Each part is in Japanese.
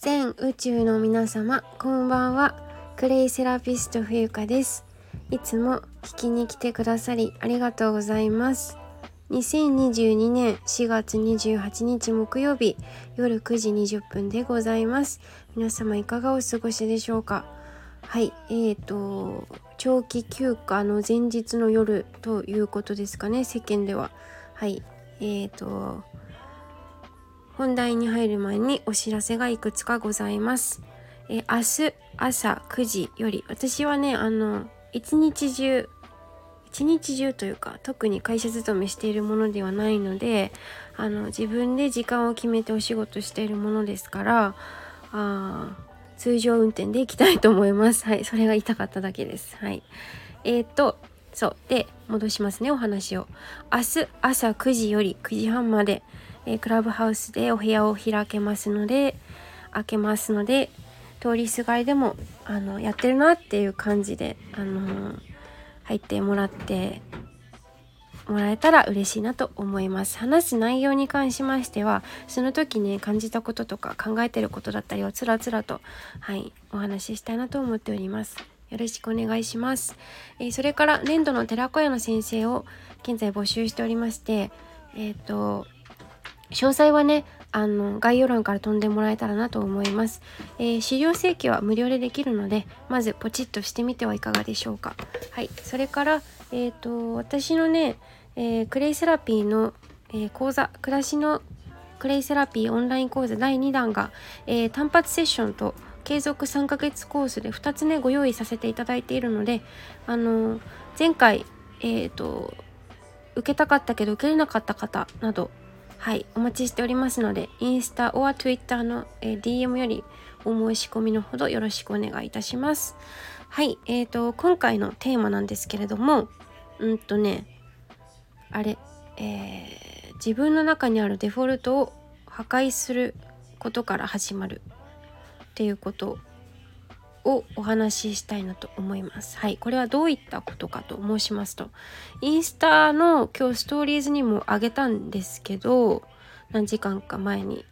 全宇宙の皆様、こんばんは。クレイセラピスト冬香です。いつも聞きに来てくださりありがとうございます。2022年4月28日木曜日夜9時20分でございます。皆様いかがお過ごしでしょうか。はい、長期休暇の前日の夜ということですかね、世間では。はい、本題に入る前にお知らせがいくつかございます。明日朝9時より、私はね一日中というか特に会社勤めしているものではないので、自分で時間を決めてお仕事しているものですから通常運転で行きたいと思います。はい、それが言いたかっただけです。はい、そうで戻しますね、お話を。明日朝9時より9時半まで、クラブハウスでお部屋を開けますので通りすがりでもやってるなっていう感じで入ってもらえたら嬉しいなと思います。話す内容に関しましてはその時ね感じたこととか考えてることだったりをつらつらとお話ししたいなと思っております。よろしくお願いします。それから年度の寺子屋の先生を現在募集しておりまして、詳細はね概要欄から飛んでもらえたらなと思います。資料請求は無料でできるのでまずポチッとしてみてはいかがでしょうか。はい、それから私のね、クレイセラピーの、講座、暮らしのクレイセラピーオンライン講座第2弾が、単発セッションと継続3ヶ月コースで2つねご用意させていただいているので、前回受けたかったけど受けれなかった方などお待ちしておりますので、インスタ or Twitter の、DM よりお申し込みのほどよろしくお願いいたします。はい、今回のテーマなんですけれども、自分の中にあるデフォルトを破壊することから始まるっていうことをお話ししたいなと思います。はい、これはどういったことかと申しますと、インスタの今日ストーリーズにもあげたんですけど、何時間か前に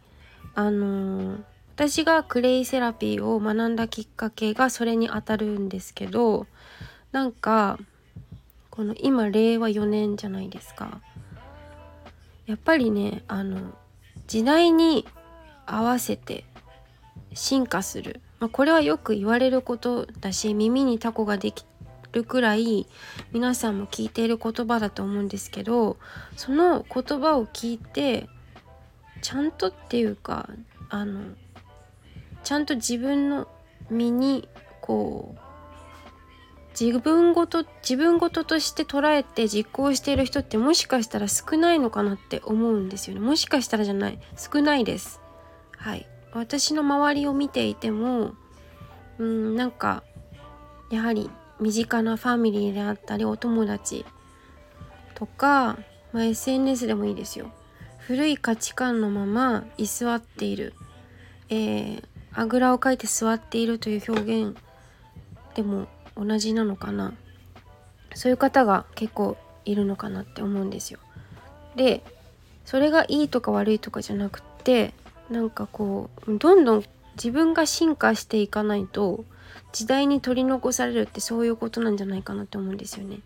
私がクレイセラピーを学んだきっかけがそれにあたるんですけど、なんかこの今令和4年じゃないですか。やっぱりね時代に合わせて進化する、これはよく言われることだし耳にタコができるくらい皆さんも聞いている言葉だと思うんですけど、その言葉を聞いてちゃんとっていうかちゃんと自分の身にこう自分ごととして捉えて実行している人ってもしかしたら少ないのかなって思うんですよね。もしかしたらじゃない、少ないです。はい、私の周りを見ていてもなんかやはり身近なファミリーであったりお友達とか、SNS でもいいですよ。古い価値観のまま居座っている、あぐらをかいて座っているという表現でも同じなのかな。そういう方が結構いるのかなって思うんですよ。でそれがいいとか悪いとかじゃなくってなんかこうどんどん自分が進化していかないと時代に取り残されるってそういうことなんじゃないかなって思うんですよね。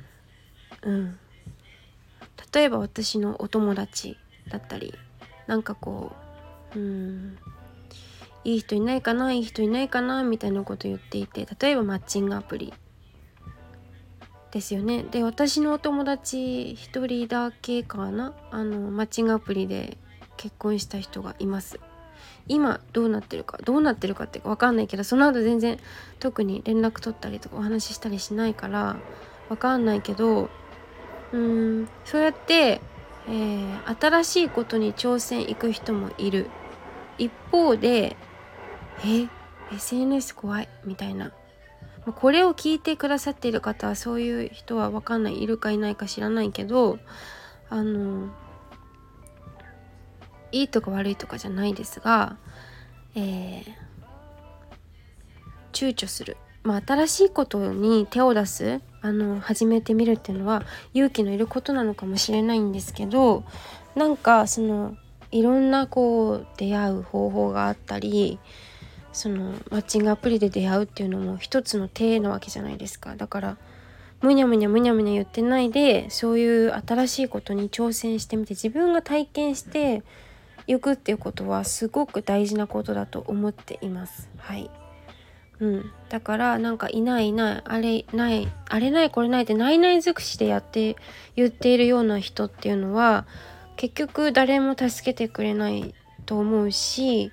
例えば私のお友達だったりなんかこういい人いないかないい人いないかなみたいなこと言っていて、例えばマッチングアプリですよね。で私のお友達一人だけかなマッチングアプリで結婚した人がいます。今どうなってるかって分かんないけど、その後全然特に連絡取ったりとかお話ししたりしないから分かんないけど、そうやって、新しいことに挑戦行く人もいる一方でSNS 怖いみたいな、これを聞いてくださっている方はそういう人は分かんない、いるかいないか知らないけどいいとか悪いとかじゃないですが、躊躇する、新しいことに手を出す始めてみるっていうのは勇気のいることなのかもしれないんですけど、なんかそのいろんなこう出会う方法があったり、そのマッチングアプリで出会うっていうのも一つの手なわけじゃないですか。だからむにゃむにゃ言ってないで、そういう新しいことに挑戦してみて、自分が体験していくっていうことはすごく大事なことだと思っています。はい。だからなんかいないあれないこれないってないない尽くしで言っているような人っていうのは結局誰も助けてくれないと思うし、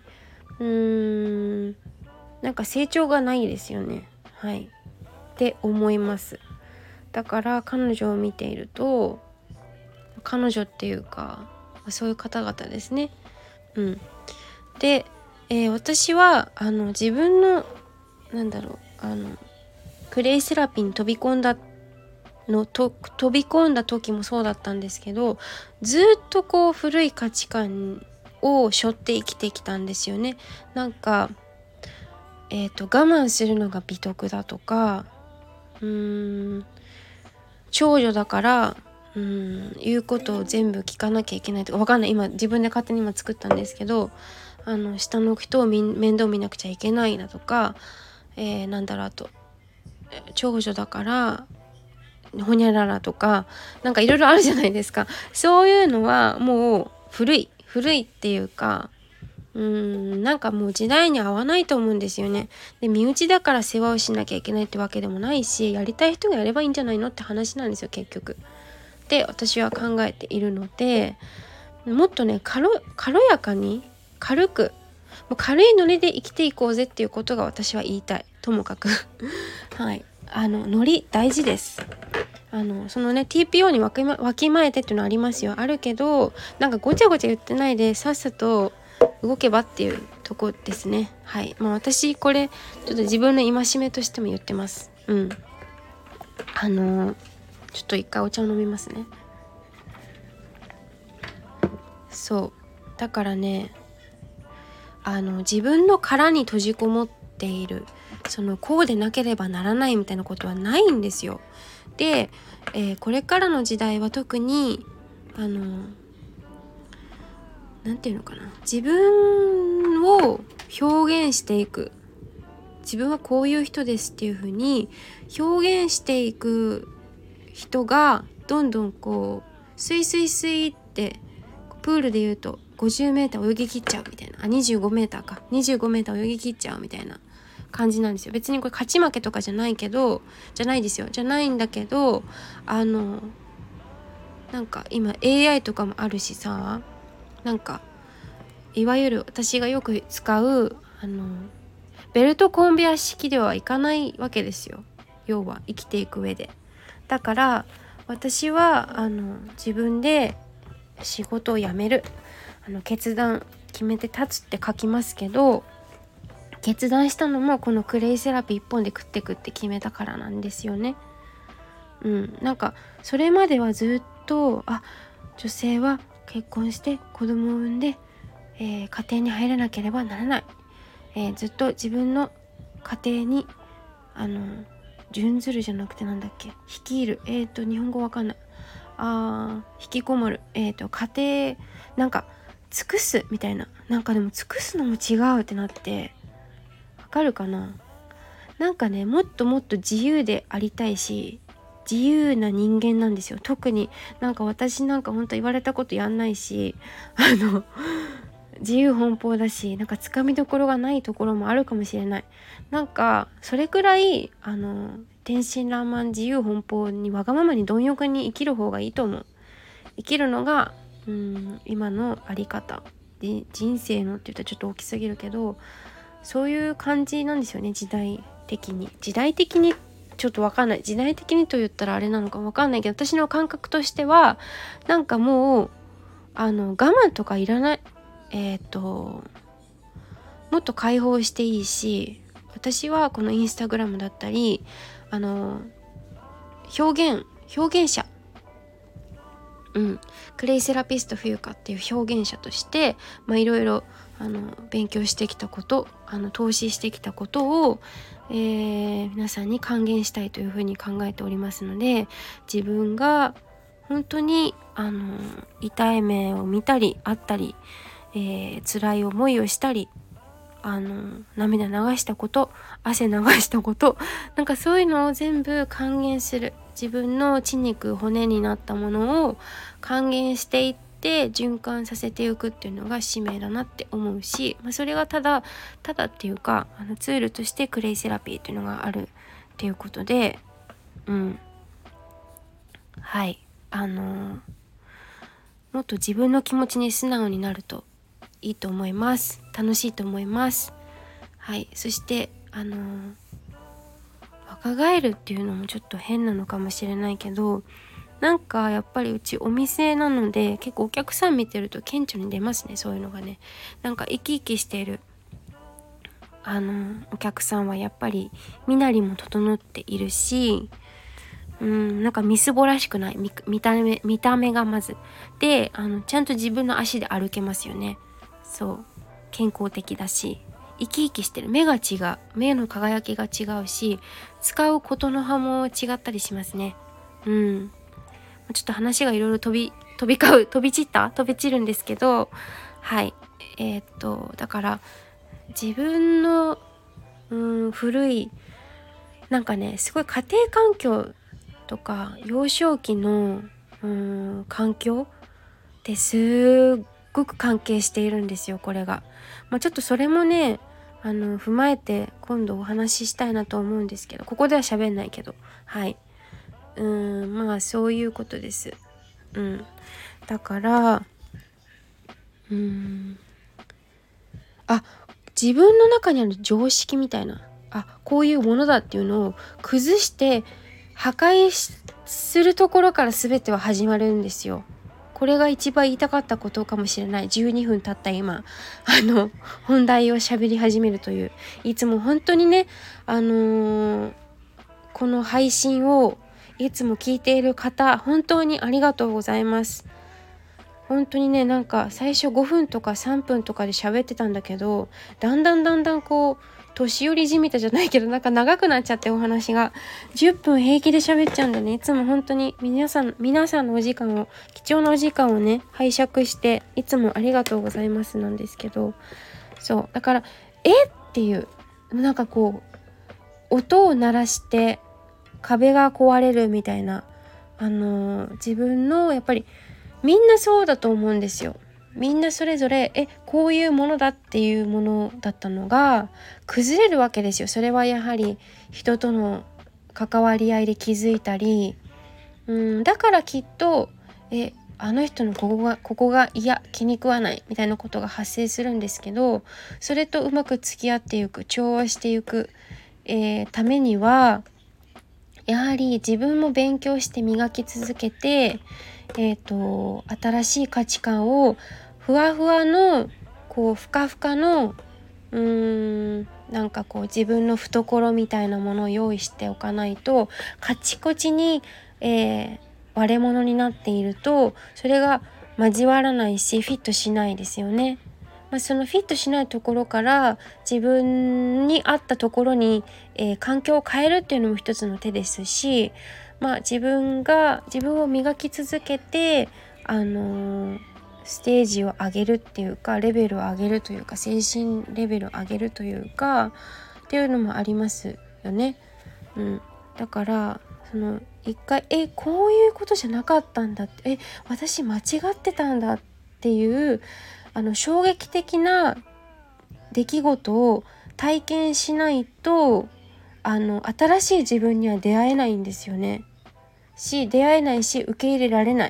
なんか成長がないですよね。はいって思います。だから彼女を見ていると、彼女っていうかそういう方々ですね。で、私は自分のクレイセラピーに飛び込んだ時もそうだったんですけど、ずっとこう古い価値観を背負って生きてきたんですよね。なんか我慢するのが美徳だとか、長女だから言うことを全部聞かなきゃいけないとか、わかんない、今自分で勝手に作ったんですけど、下の人を面倒見なくちゃいけないだとか、あと長女だからほにゃららとか、なんかいろいろあるじゃないですか。そういうのはもう古いっていうか、なんかもう時代に合わないと思うんですよね。で、身内だから世話をしなきゃいけないってわけでもないし、やりたい人がやればいいんじゃないのって話なんですよ、結局。で、私は考えているので、もっとね軽やかに軽く、もう軽いノリで生きていこうぜっていうことが私は言いたい。ともかくはい、ノリ大事です。そのね TPO にわきまえてっていうのはありますよ。あるけど、なんかごちゃごちゃ言ってないでさっさと動けばっていうとこですね。はい。私これちょっと自分の戒めとしても言ってます。ちょっと一回お茶を飲みますね。そうだからね、自分の殻に閉じこもっている、こうでなければならないみたいなことはないんですよ。で、これからの時代は特になんていうのかな、自分を表現していく、自分はこういう人ですっていう風に表現していく人がどんどんこうスイスイスイってプールで言うと 50m 泳ぎ切っちゃうみたいな、25m か 25m 泳ぎ切っちゃうみたいな感じなんですよ。別にこれ勝ち負けとかじゃないんだけど、なんか今 AI とかもあるしさ、なんかいわゆる私がよく使うベルトコンベヤ式ではいかないわけですよ、要は生きていく上で。だから私は自分で仕事を辞める決断決めて立つって書きますけど、決断したのもこのクレイセラピー一本で食ってくって決めたからなんですよね。なんかそれまではずっと女性は結婚して子供を産んで、家庭に入らなければならない、ずっと自分の家庭に準ずるじゃなくて率いる、日本語わかんない、引きこもる、家庭なんか尽くすみたいな、なんかでも尽くすのも違うってなって、わかるかな。なんかね、もっともっと自由でありたいし、自由な人間なんですよ。特になんか私なんか本当言われたことやんないし、自由奔放だし、なんかつかみどころがないところもあるかもしれない。なんかそれくらい天真爛漫自由奔放にわがままに貪欲に生きる方がいいと思う。生きるのが今のあり方で、人生のって言ったらちょっと大きすぎるけど、そういう感じなんですよね。時代的にちょっとわかんない、時代的にと言ったらあれなのかわかんないけど、私の感覚としてはなんかもう我慢とかいらない、もっと解放していいし、私はこのインスタグラムだったり表現者、クレイセラピスト冬香っていう表現者としていろいろ勉強してきたこと、投資してきたことを、皆さんに還元したいというふうに考えておりますので、自分が本当に痛い目を見たりあったり辛い思いをしたり涙流したこと、汗流したこと、なんかそういうのを全部還元する、自分の血肉骨になったものを還元していって循環させていくっていうのが使命だなって思うし、それがただっていうかツールとしてクレイセラピーっていうのがあるっていうことで、はいもっと自分の気持ちに素直になるといいと思います。楽しいと思います。はい。そして若返るっていうのもちょっと変なのかもしれないけど、なんかやっぱりうちお店なので結構お客さん見てると顕著に出ますね、そういうのがね。なんか生き生きしているお客さんはやっぱり身なりも整っているし、なんかみすぼらしくない、見た目がまずでちゃんと自分の足で歩けますよね。そう健康的だし生き生きしてる、目が違う、目の輝きが違うし、使うことの葉も違ったりしますね。ちょっと話がいろいろ飛び散るんですけど、はい。だから自分の古いなんかね、すごい家庭環境とか幼少期の環境ってすっごく関係しているんですよ、これが。ちょっとそれもね踏まえて今度お話ししたいなと思うんですけど、ここでは喋んないけど、はいそういうことです。だから自分の中にある常識みたいな、こういうものだっていうのを崩して破壊するところから全ては始まるんですよ。これが一番言いたかったことかもしれない。12分経った今本題を喋り始めるという、いつも本当にねこの配信をいつも聞いている方、本当にありがとうございます。本当にね、なんか最初5分とか3分とかで喋ってたんだけど、だんだんこう年寄りじみたじゃないけど、なんか長くなっちゃって、お話が10分平気で喋っちゃうんでね、いつも本当に皆さんのお時間を、貴重なお時間をね拝借していつもありがとうございますなんですけど、そうだからっていう、なんかこう音を鳴らして壁が壊れるみたいな、自分のやっぱりみんなそうだと思うんですよ。みんなそれぞれこういうものだっていうものだったのが崩れるわけですよ。それはやはり人との関わり合いで気づいたり、だからきっとあの人のここが気に食わないみたいなことが発生するんですけど、それとうまく付き合っていく、調和していく、ためにはやはり自分も勉強して磨き続けて、新しい価値観をふわふわのこうふかふかのなんかこう自分の懐みたいなものを用意しておかないと、カチコチに、割れ物になっているとそれが交わらないしフィットしないですよね。そのフィットしないところから自分に合ったところに、環境を変えるっていうのも一つの手ですし、自分を磨き続けてステージを上げるっていうか、レベルを上げるというか、精神レベルを上げるというかっていうのもありますよね。だからその一回こういうことじゃなかったんだって、私間違ってたんだっていう衝撃的な出来事を体験しないと新しい自分には出会えないんですよね。出会えないし受け入れられない。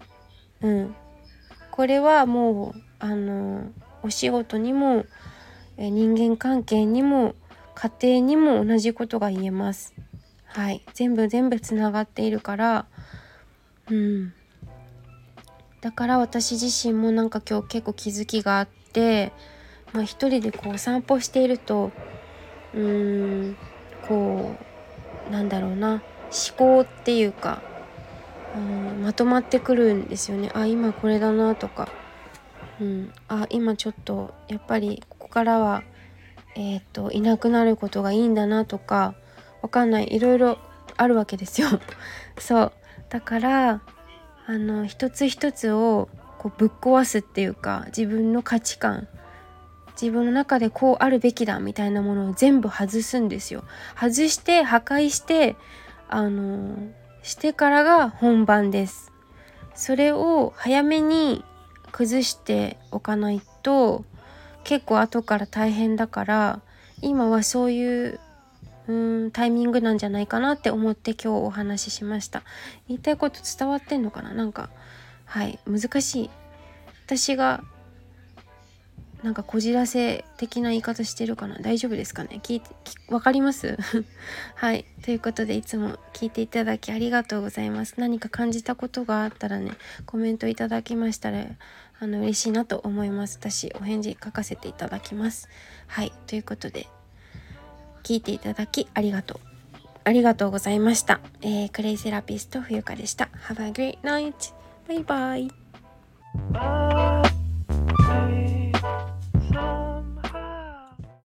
これはもうお仕事にも人間関係にも家庭にも同じことが言えます。はい、全部つながっているから、だから私自身もなんか今日結構気づきがあって、一人でこう散歩しているとこうなんだろうな、思考っていうかまとまってくるんですよね。今これだなとか、今ちょっとやっぱりここからはいなくなることがいいんだなとか、わかんない、いろいろあるわけですよそうだから一つ一つをこうぶっ壊すっていうか、自分の価値観、自分の中でこうあるべきだみたいなものを全部外すんですよ。外して破壊してしてからが本番です。それを早めに崩しておかないと結構後から大変だから、今はそういうタイミングなんじゃないかなって思って今日お話ししました。言いたいこと伝わってんのかな。なんかはい難しい。私がなんかこじらせ的な言い方してるかな。大丈夫ですかね。わかりますはいということで、いつも聞いていただきありがとうございます。何か感じたことがあったらね、コメントいただきましたら嬉しいなと思います。私お返事書かせていただきます。はいということで、聞いていただきありがとうございました。クレイセラピスト冬香でした。Have a great night. バイバイ。